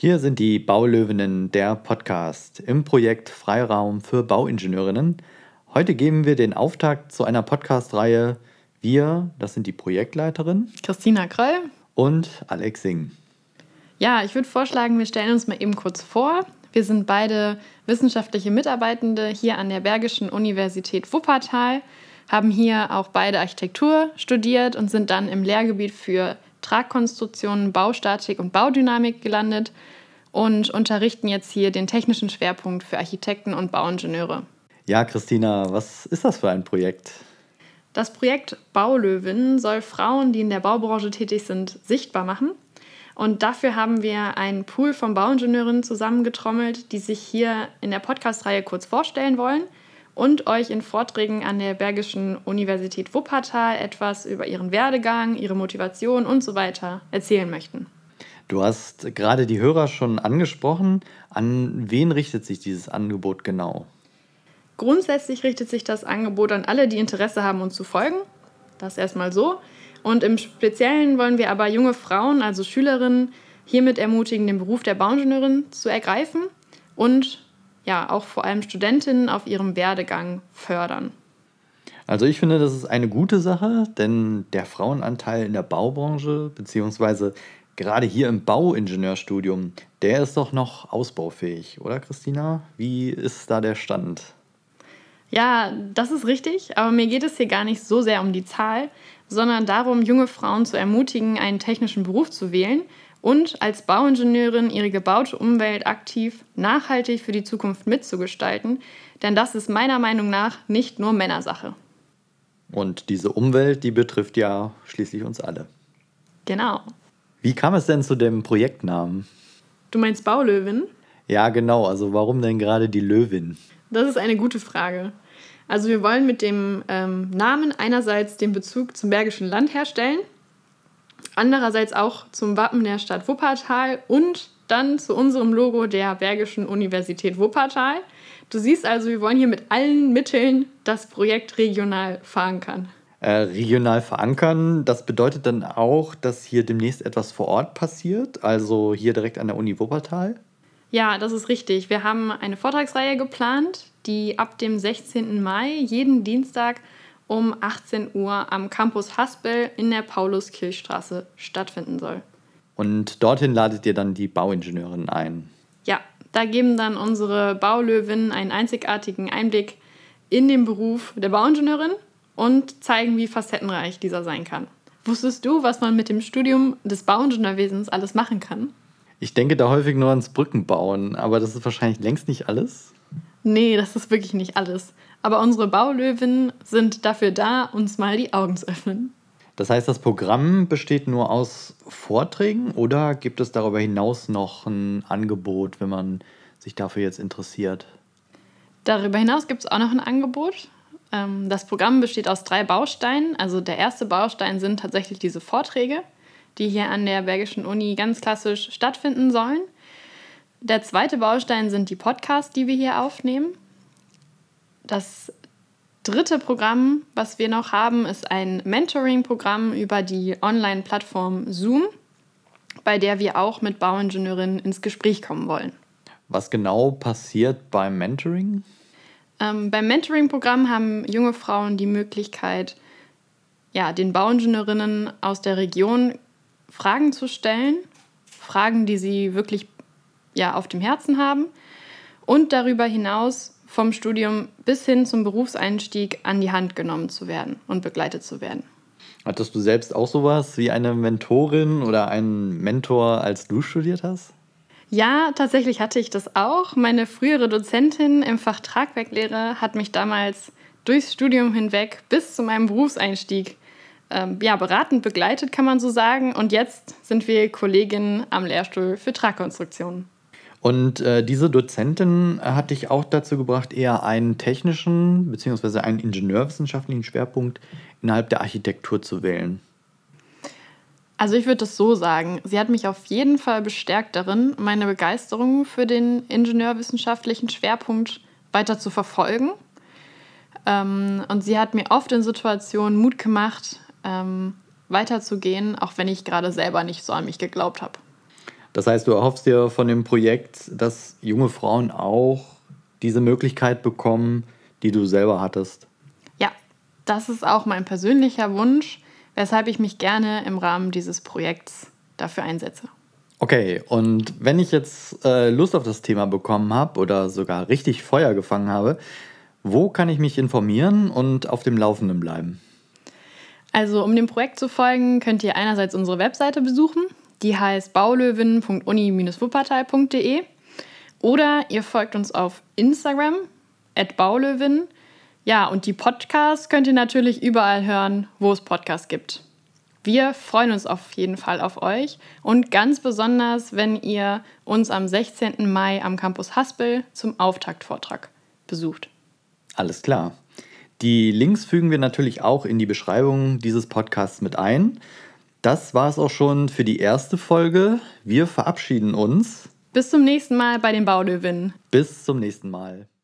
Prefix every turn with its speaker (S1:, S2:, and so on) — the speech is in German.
S1: Hier sind die Baulöwinnen, der Podcast im Projekt Freiraum für Bauingenieurinnen. Heute geben wir den Auftakt zu einer Podcast-Reihe. Wir, das sind die Projektleiterin
S2: Christina Kröll
S1: und Alex Singh.
S2: Ja, ich würde vorschlagen, wir stellen uns mal eben kurz vor. Wir sind beide wissenschaftliche Mitarbeitende hier an der Bergischen Universität Wuppertal, haben hier auch beide Architektur studiert und sind dann im Lehrgebiet für Tragkonstruktionen, Baustatik und Baudynamik gelandet und unterrichten jetzt hier den technischen Schwerpunkt für Architekten und Bauingenieure.
S1: Ja, Christina, was ist das für ein Projekt?
S2: Das Projekt Baulöwinnen soll Frauen, die in der Baubranche tätig sind, sichtbar machen. Und dafür haben wir einen Pool von Bauingenieurinnen zusammengetrommelt, die sich hier in der Podcast-Reihe kurz vorstellen wollen und euch in Vorträgen an der Bergischen Universität Wuppertal etwas über ihren Werdegang, ihre Motivation und so weiter erzählen möchten.
S1: Du hast gerade die Hörer schon angesprochen. An wen richtet sich dieses Angebot genau?
S2: Grundsätzlich richtet sich das Angebot an alle, die Interesse haben, uns zu folgen. Das erstmal so. Und im Speziellen wollen wir aber junge Frauen, also Schülerinnen, hiermit ermutigen, den Beruf der Bauingenieurin zu ergreifen und ja, auch vor allem Studentinnen auf ihrem Werdegang fördern.
S1: Also ich finde, das ist eine gute Sache, denn der Frauenanteil in der Baubranche, beziehungsweise gerade hier im Bauingenieurstudium, der ist doch noch ausbaufähig, oder Christina? Wie ist da der Stand?
S2: Ja, das ist richtig, aber mir geht es hier gar nicht so sehr um die Zahl, sondern darum, junge Frauen zu ermutigen, einen technischen Beruf zu wählen und als Bauingenieurin ihre gebaute Umwelt aktiv, nachhaltig für die Zukunft mitzugestalten. Denn das ist meiner Meinung nach nicht nur Männersache.
S1: Und diese Umwelt, die betrifft ja schließlich uns alle.
S2: Genau.
S1: Wie kam es denn zu dem Projektnamen?
S2: Du meinst Baulöwin?
S1: Ja, genau. Also warum denn gerade die Löwin?
S2: Das ist eine gute Frage. Also wir wollen mit dem Namen einerseits den Bezug zum Bergischen Land herstellen, andererseits auch zum Wappen der Stadt Wuppertal und dann zu unserem Logo der Bergischen Universität Wuppertal. Du siehst also, wir wollen hier mit allen Mitteln das Projekt regional verankern.
S1: Regional verankern, das bedeutet dann auch, dass hier demnächst etwas vor Ort passiert, also hier direkt an der Uni Wuppertal?
S2: Ja, das ist richtig. Wir haben eine Vortragsreihe geplant, die ab dem 16. Mai jeden Dienstag um 18 Uhr am Campus Haspel in der Paulus-Kirchstraße stattfinden soll.
S1: Und dorthin ladet ihr dann die Bauingenieurinnen ein?
S2: Ja, da geben dann unsere Baulöwinnen einen einzigartigen Einblick in den Beruf der Bauingenieurin und zeigen, wie facettenreich dieser sein kann. Wusstest du, was man mit dem Studium des Bauingenieurwesens alles machen kann?
S1: Ich denke da häufig nur ans Brückenbauen, aber das ist wahrscheinlich längst nicht alles.
S2: Nee, das ist wirklich nicht alles. Aber unsere Baulöwinnen sind dafür da, uns mal die Augen zu öffnen.
S1: Das heißt, das Programm besteht nur aus Vorträgen oder gibt es darüber hinaus noch ein Angebot, wenn man sich dafür jetzt interessiert?
S2: Darüber hinaus gibt es auch noch ein Angebot. Das Programm besteht aus 3 Bausteinen. Also der erste Baustein sind tatsächlich diese Vorträge, die hier an der Bergischen Uni ganz klassisch stattfinden sollen. Der zweite Baustein sind die Podcasts, die wir hier aufnehmen. Das dritte Programm, was wir noch haben, ist ein Mentoring-Programm über die Online-Plattform Zoom, bei der wir auch mit Bauingenieurinnen ins Gespräch kommen wollen.
S1: Was genau passiert beim Mentoring?
S2: Beim Mentoring-Programm haben junge Frauen die Möglichkeit, den Bauingenieurinnen aus der Region Fragen zu stellen, Fragen, die sie wirklich auf dem Herzen haben und darüber hinaus vom Studium bis hin zum Berufseinstieg an die Hand genommen zu werden und begleitet zu werden.
S1: Hattest du selbst auch sowas wie eine Mentorin oder einen Mentor, als du studiert hast?
S2: Ja, tatsächlich hatte ich das auch. Meine frühere Dozentin im Fach Tragwerklehre hat mich damals durchs Studium hinweg bis zu meinem Berufseinstieg beratend begleitet, kann man so sagen. Und jetzt sind wir Kolleginnen am Lehrstuhl für Tragkonstruktionen.
S1: Und diese Dozentin hat dich auch dazu gebracht, eher einen technischen bzw. einen ingenieurwissenschaftlichen Schwerpunkt innerhalb der Architektur zu wählen.
S2: Also ich würde das so sagen, sie hat mich auf jeden Fall bestärkt darin, meine Begeisterung für den ingenieurwissenschaftlichen Schwerpunkt weiter zu verfolgen. Und sie hat mir oft in Situationen Mut gemacht, weiterzugehen, auch wenn ich gerade selber nicht so an mich geglaubt habe.
S1: Das heißt, du erhoffst dir von dem Projekt, dass junge Frauen auch diese Möglichkeit bekommen, die du selber hattest.
S2: Ja, das ist auch mein persönlicher Wunsch, weshalb ich mich gerne im Rahmen dieses Projekts dafür einsetze.
S1: Okay, und wenn ich jetzt Lust auf das Thema bekommen habe oder sogar richtig Feuer gefangen habe, wo kann ich mich informieren und auf dem Laufenden bleiben?
S2: Also, um dem Projekt zu folgen, könnt ihr einerseits unsere Webseite besuchen. Die heißt baulöwen.uni-wuppertal.de. Oder ihr folgt uns auf Instagram, @baulöwen. Ja, und die Podcasts könnt ihr natürlich überall hören, wo es Podcasts gibt. Wir freuen uns auf jeden Fall auf euch und ganz besonders, wenn ihr uns am 16. Mai am Campus Haspel zum Auftaktvortrag besucht.
S1: Alles klar. Die Links fügen wir natürlich auch in die Beschreibung dieses Podcasts mit ein. Das war es auch schon für die erste Folge. Wir verabschieden uns.
S2: Bis zum nächsten Mal bei den Baulöwinnen.
S1: Bis zum nächsten Mal.